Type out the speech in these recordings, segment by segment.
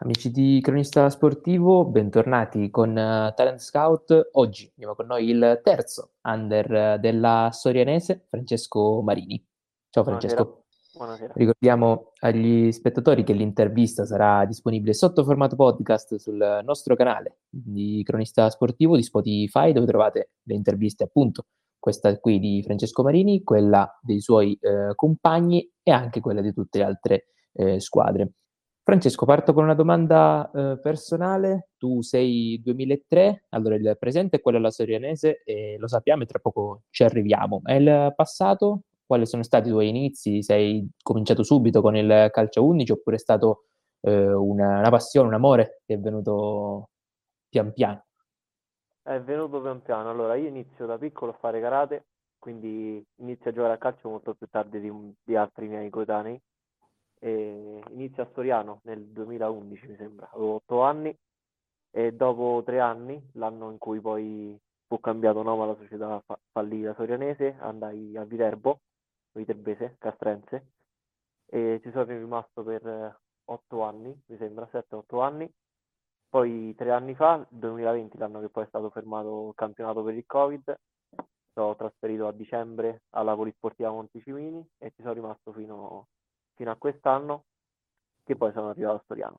Amici di Cronista Sportivo, bentornati con Talent Scout. Oggi abbiamo con noi il terzo under della Sorianese, Francesco Marini. Ciao Buonasera, Francesco. buonasera. Ricordiamo agli spettatori che l'intervista sarà disponibile sotto formato podcast sul nostro canale di Cronista Sportivo di Spotify, dove trovate le interviste appunto, questa qui di Francesco Marini, quella dei suoi compagni e anche quella di tutte le altre squadre. Francesco, parto con una domanda personale. Tu sei 2003, allora il presente è quello della Sorianese e lo sappiamo e tra poco ci arriviamo. E il passato? Quali sono stati i tuoi inizi? Sei cominciato subito con il calcio a 11 oppure è stato una passione, un amore che è venuto pian piano? È venuto pian piano. Allora, io inizio da piccolo a fare karate, quindi inizio a giocare a calcio molto più tardi di altri miei coetanei. E inizio a Soriano nel 2011, mi sembra. Avevo 8 anni e dopo 3 anni, l'anno in cui poi fu cambiato nome alla società fallì la Sorianese, andai a Viterbo, Viterbese, Castrense, e ci sono rimasto per 8 anni, mi sembra, 7-8 anni. Poi 3 anni fa, 2020, l'anno che poi è stato fermato il campionato per il Covid, sono trasferito a dicembre alla Polisportiva Monticimini e ci sono rimasto fino a quest'anno, che poi sono arrivato a Storiano.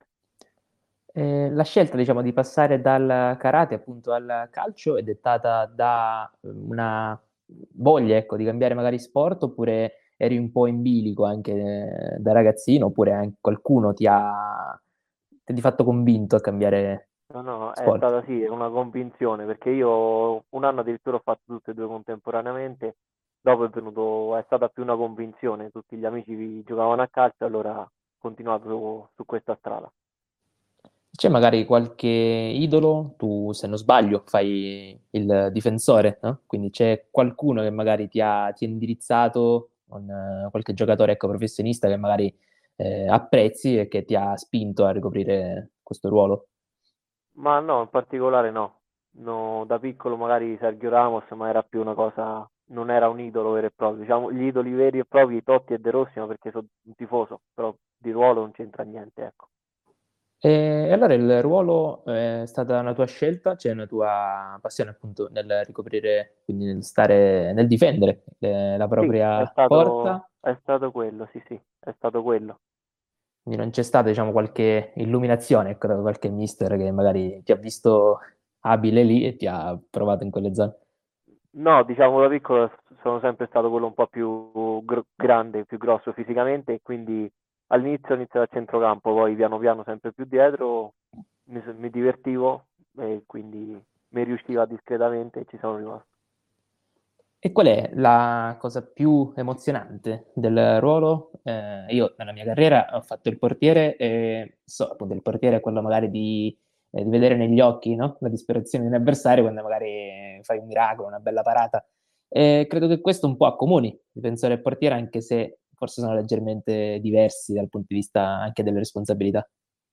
La scelta, diciamo, di passare dal karate appunto al calcio è dettata da una voglia, ecco, di cambiare magari sport, oppure eri un po' in bilico anche da ragazzino, oppure anche qualcuno ti ha di fatto convinto a cambiare No, no, è sport? stata sì, una convinzione, perché io un anno addirittura ho fatto tutte e due contemporaneamente, dopo è stata più una convinzione, tutti gli amici giocavano a calcio, allora ho continuato su questa strada. C'è magari qualche idolo? Tu, se non sbaglio, fai il difensore, no? Quindi c'è qualcuno che magari ti ha indirizzato, con, qualche giocatore, ecco, professionista che magari apprezzi e che ti ha spinto a ricoprire questo ruolo? Ma no, in particolare no. No, da piccolo magari Sergio Ramos, ma era più una cosa, non era un idolo vero e proprio. Diciamo, gli idoli veri e propri, Totti e De Rossi, ma perché sono un tifoso, però di ruolo non c'entra niente, ecco. E allora il ruolo è stata una tua scelta, c'è una tua passione appunto nel ricoprire, quindi nel stare, nel difendere la Sì, propria porta. è stato quello, sì, sì, è stato quello. Quindi non c'è stata, diciamo, qualche illuminazione, ecco, da qualche mister che magari ti ha visto abile lì e ti ha provato in quelle zone. No, diciamo da piccolo sono sempre stato quello un po' più grande, più grosso fisicamente e quindi all'inizio ho iniziato a centrocampo, poi piano piano sempre più dietro, mi divertivo e quindi mi riusciva discretamente e ci sono rimasto. E qual è la cosa più emozionante del ruolo? Io nella mia carriera ho fatto il portiere e so, appunto, il portiere è quello magari di vedere negli occhi, no? La disperazione di un avversario quando magari fai un miracolo, una bella parata. E credo che questo un po' accomuni difensore e portiere, anche se forse sono leggermente diversi dal punto di vista anche delle responsabilità.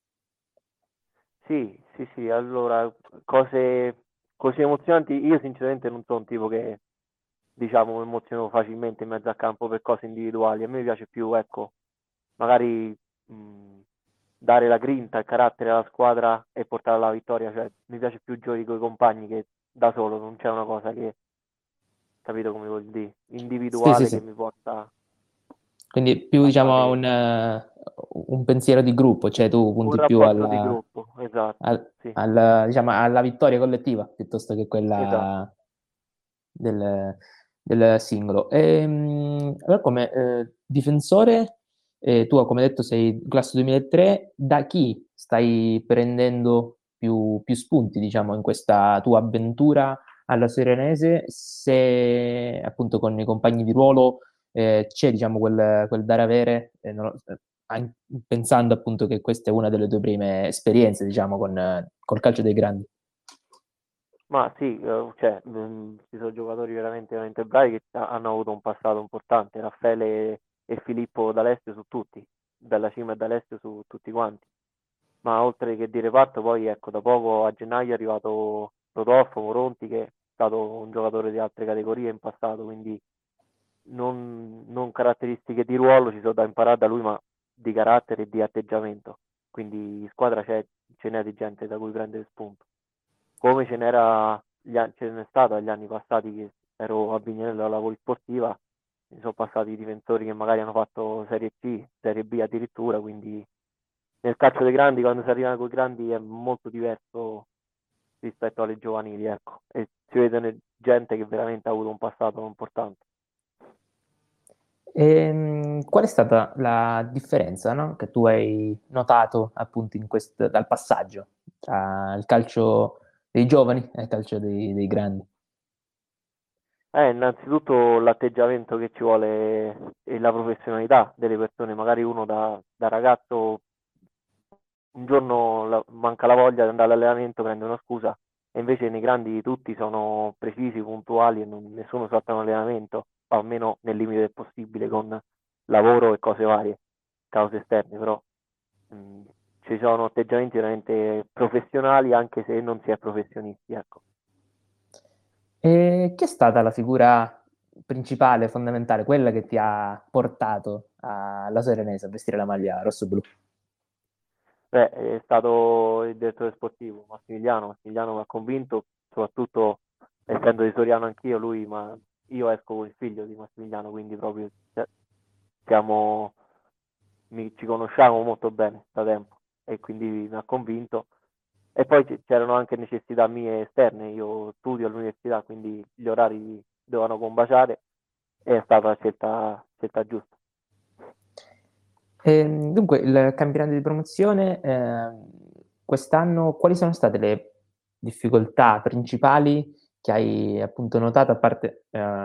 Sì, sì, sì, allora cose così emozionanti, io sinceramente non sono un tipo che diciamo mi emoziono facilmente in mezzo al campo per cose individuali, a me piace più, ecco, magari mh, dare la grinta, il carattere alla squadra e portarla alla vittoria, cioè mi piace più giocare con i compagni che da solo, non c'è una cosa che, capito come vuol dire, Sì, sì, individuale che sì. mi porta Quindi più a diciamo fare un pensiero di gruppo, cioè tu un punti più rapporto di gruppo, esatto, sì, diciamo, alla vittoria collettiva piuttosto che esatto. quella del, del singolo. Allora come difensore, tu come detto sei classe 2003, da chi stai prendendo più spunti, diciamo, in questa tua avventura alla Serenese, se appunto con i compagni di ruolo c'è diciamo quel dare avere, pensando appunto che questa è una delle tue prime esperienze, diciamo, col calcio dei grandi. Ma sì, cioè, ci sono giocatori veramente, veramente bravi che hanno avuto un passato importante, Raffaele e Filippo D'Alessio su tutti, dalla cima e D'Alessio su tutti quanti. Ma oltre che di reparto, poi ecco, da poco a gennaio è arrivato Rodolfo Moronti, che è stato un giocatore di altre categorie in passato, quindi non caratteristiche di ruolo ci sono da imparare da lui, ma di carattere e di atteggiamento. quindi in squadra ce n'è di gente da cui prendere spunto. Come ce n'è stato negli anni passati che ero a Vignello alla Polisportiva, mi sono passati i difensori che magari hanno fatto Serie C, Serie B addirittura, quindi nel calcio dei grandi, quando si arriva con i grandi è molto diverso rispetto alle giovanili, ecco, e si vede gente che veramente ha avuto un passato importante. Qual è stata la differenza, no, che tu hai notato appunto dal passaggio tra il calcio dei giovani e il calcio dei grandi? Innanzitutto l'atteggiamento che ci vuole e la professionalità delle persone, magari uno da ragazzo un giorno manca la voglia di andare all'allenamento, prende una scusa, e invece nei grandi tutti sono precisi, puntuali e nessuno salta un allenamento, o almeno nel limite del possibile, con lavoro e cose varie, cause esterne, però mh, ci sono atteggiamenti veramente professionali anche se non si è professionisti, ecco. E chi è stata la figura principale, fondamentale, quella che ti ha portato alla Sorenese a vestire la maglia rosso-blu? Beh, è stato il direttore sportivo Massimiliano mi ha convinto, soprattutto essendo di Soriano anch'io, ma io esco con il figlio di Massimiliano, quindi proprio siamo, ci conosciamo molto bene da tempo e quindi mi ha convinto. E poi c'erano anche necessità mie esterne, io studio all'università, quindi gli orari dovevano combaciare e è stata la scelta giusta. Dunque, il campionato di promozione, quest'anno, quali sono state le difficoltà principali che hai appunto notato, a parte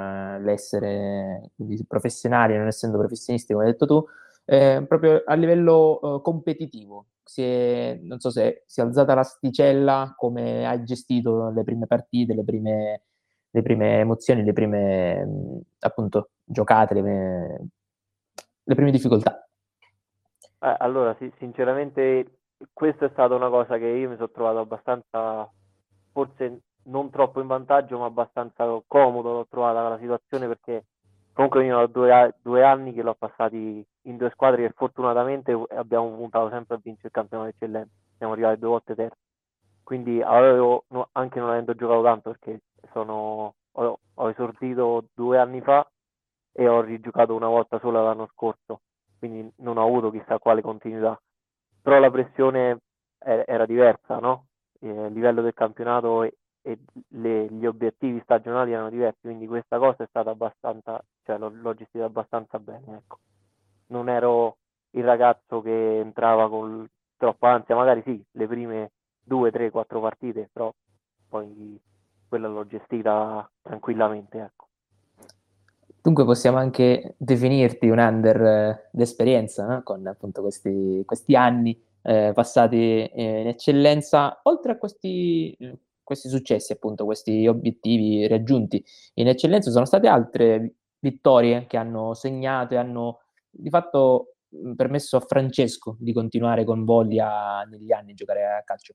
l'essere quindi professionali, non essendo professionisti, come hai detto tu, proprio a livello competitivo? Non so se si è alzata l'asticella, come hai gestito le prime partite, le prime emozioni, le prime appunto giocate, le prime difficoltà. Allora, sì, sinceramente, questa è stata una cosa che io mi sono trovato abbastanza, forse non troppo in vantaggio, ma abbastanza comodo. L'ho trovata la situazione perché comunque io ho 2 anni che l'ho passati in due squadre che fortunatamente abbiamo puntato sempre a vincere il campionato d'eccellenza. Siamo arrivati 2 volte terzi. Quindi anche non avendo giocato tanto, perché ho esordito 2 anni fa e ho rigiocato una volta sola l'anno scorso, quindi non ho avuto chissà quale continuità. Però la pressione era diversa, no? Il livello del campionato e gli obiettivi stagionali erano diversi, quindi questa cosa è stata abbastanza, cioè l'ho gestita abbastanza bene, ecco. Non ero il ragazzo che entrava con troppa ansia, magari sì, le prime 2, 3, 4 partite, però poi quella l'ho gestita tranquillamente, ecco. Dunque possiamo anche definirti un under d'esperienza, no? Con appunto questi anni passati in eccellenza, oltre a questi successi, appunto, questi obiettivi raggiunti in eccellenza, sono state altre vittorie che hanno segnato e hanno di fatto permesso a Francesco di continuare con voglia negli anni a giocare a calcio.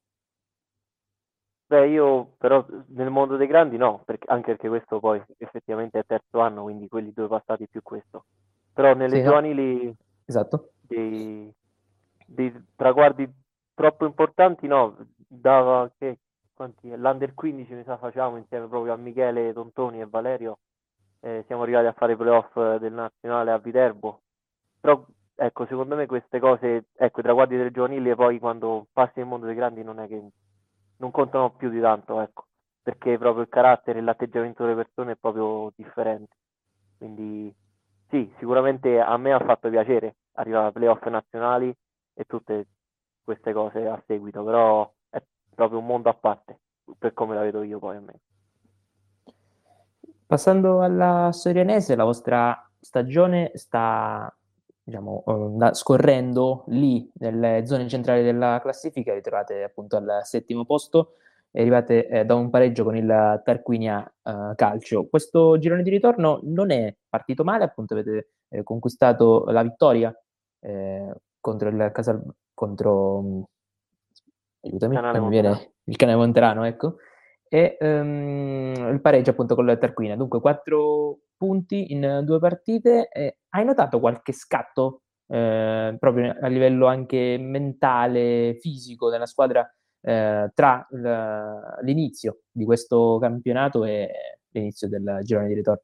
Beh, io però nel mondo dei grandi no, anche perché questo poi effettivamente è terzo anno, quindi quelli due passati più questo. Però nelle Sì, no? giovanili Esatto. dei, dei traguardi troppo importanti no, dava che l'Under 15 mi sa facciamo insieme proprio a Michele Tontoni e Valerio, siamo arrivati a fare i playoff del nazionale a Viterbo. Però ecco, secondo me queste cose, ecco, i traguardi delle giovanili e poi quando passi nel mondo dei grandi non è che non contano più di tanto, ecco, perché proprio il carattere e l'atteggiamento delle persone è proprio differente. Quindi sì, sicuramente a me ha fatto piacere arrivare ai playoff nazionali e tutte queste cose a seguito, però è proprio un mondo a parte, per come la vedo io poi a me. Passando alla Sorianese, la vostra stagione sta, diciamo, scorrendo lì nelle zone centrali della classifica, vi trovate appunto al settimo posto e arrivate da un pareggio con il Tarquinia Calcio. Questo girone di ritorno non è partito male, appunto avete conquistato la vittoria contro il aiutami, Canale non mi Monterano. viene il cane Monterano, ecco, e il pareggio appunto con la Tarquina. Dunque 4 punti in 2 partite. Hai notato qualche scatto proprio a livello anche mentale, fisico della squadra tra l'inizio di questo campionato e l'inizio del girone di ritorno?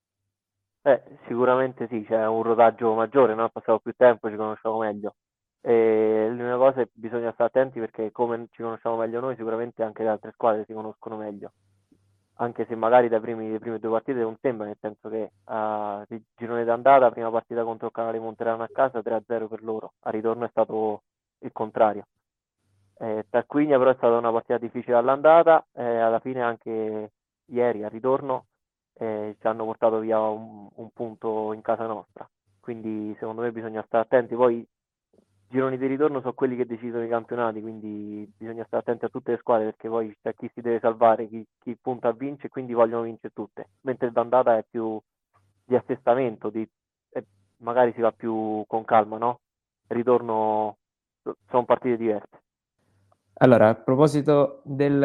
Sicuramente sì, c'è un rodaggio maggiore, no? Passato più tempo, ci conosciamo meglio. E l'unica cosa è che bisogna stare attenti perché come ci conosciamo meglio noi, sicuramente anche le altre squadre si conoscono meglio. Anche se magari le prime due partite non sembra, nel senso che il girone d'andata, prima partita contro il Canale Monterano a casa, 3-0 per loro. A ritorno è stato il contrario. Tarquinia però è stata una partita difficile all'andata, alla fine anche ieri al ritorno ci hanno portato via un punto in casa nostra, quindi secondo me bisogna stare attenti, poi i gironi di ritorno sono quelli che decidono i campionati, quindi bisogna stare attenti a tutte le squadre perché poi c'è chi si deve salvare, chi punta a vincere e quindi vogliono vincere tutte, mentre l'andata è più di assestamento, magari si va più con calma, no? Il ritorno sono partite diverse. Allora, a proposito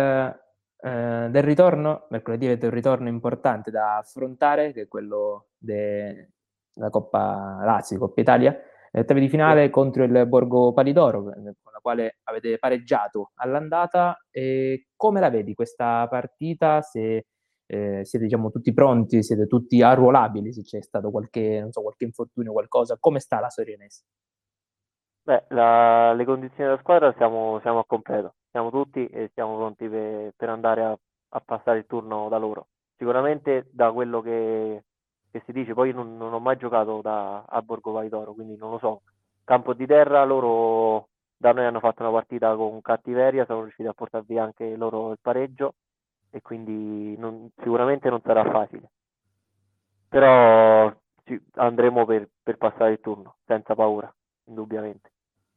del ritorno, mercoledì avete un ritorno importante da affrontare, che è quello della Coppa Lazio, Coppa Italia, ottavi di Sì. finale contro il Borgo Palidoro, con la quale avete pareggiato all'andata. E come la vedi questa partita? Se siete, diciamo, tutti pronti, siete tutti arruolabili, se c'è stato qualche, non so, qualche infortunio, qualcosa, come sta la Sorianese? Beh, le condizioni della squadra siamo a completo, siamo tutti e siamo pronti per andare a passare il turno da loro. Sicuramente da quello che si dice, poi non ho mai giocato a Borgo Vaitoro, quindi non lo so. Campo di terra, loro da noi hanno fatto una partita con cattiveria, sono riusciti a portare via anche loro il pareggio e quindi sicuramente non sarà facile. Però andremo per passare il turno, senza paura, indubbiamente.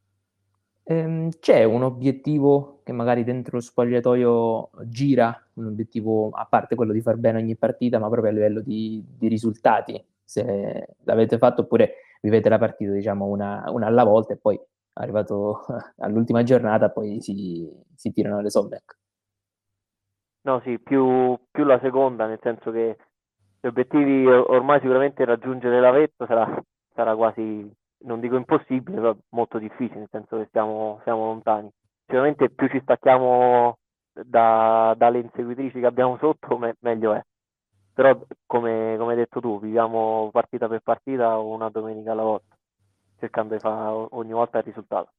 C'è un obiettivo che magari dentro lo spogliatoio gira, un obiettivo a parte quello di far bene ogni partita, ma proprio a livello di risultati, se l'avete fatto oppure vivete la partita, diciamo, una alla volta e poi arrivato all'ultima giornata poi si tirano le somme. Ecco. No, sì, più la seconda, nel senso che gli obiettivi ormai sicuramente raggiungere la vetta sarà quasi, non dico impossibile, ma molto difficile, nel senso che siamo lontani. Sicuramente più ci stacchiamo dalle inseguitrici che abbiamo sotto, meglio è. Però, come hai detto tu, viviamo partita per partita o una domenica alla volta, cercando di fare ogni volta il risultato.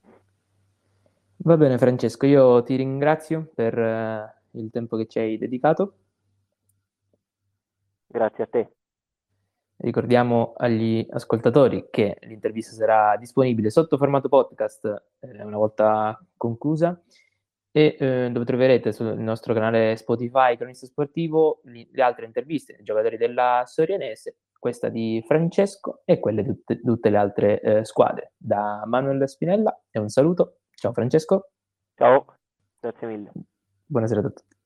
Va bene, Francesco, io ti ringrazio per il tempo che ci hai dedicato. Grazie a te. Ricordiamo agli ascoltatori che l'intervista sarà disponibile sotto formato podcast una volta conclusa e dove troverete sul nostro canale Spotify Cronista Sportivo le altre interviste ai giocatori della Sorianese, questa di Francesco e quelle di tutte le altre squadre. Da Manuel Spinella e un saluto. Ciao Francesco, Ciao, grazie mille. buonasera a tutti.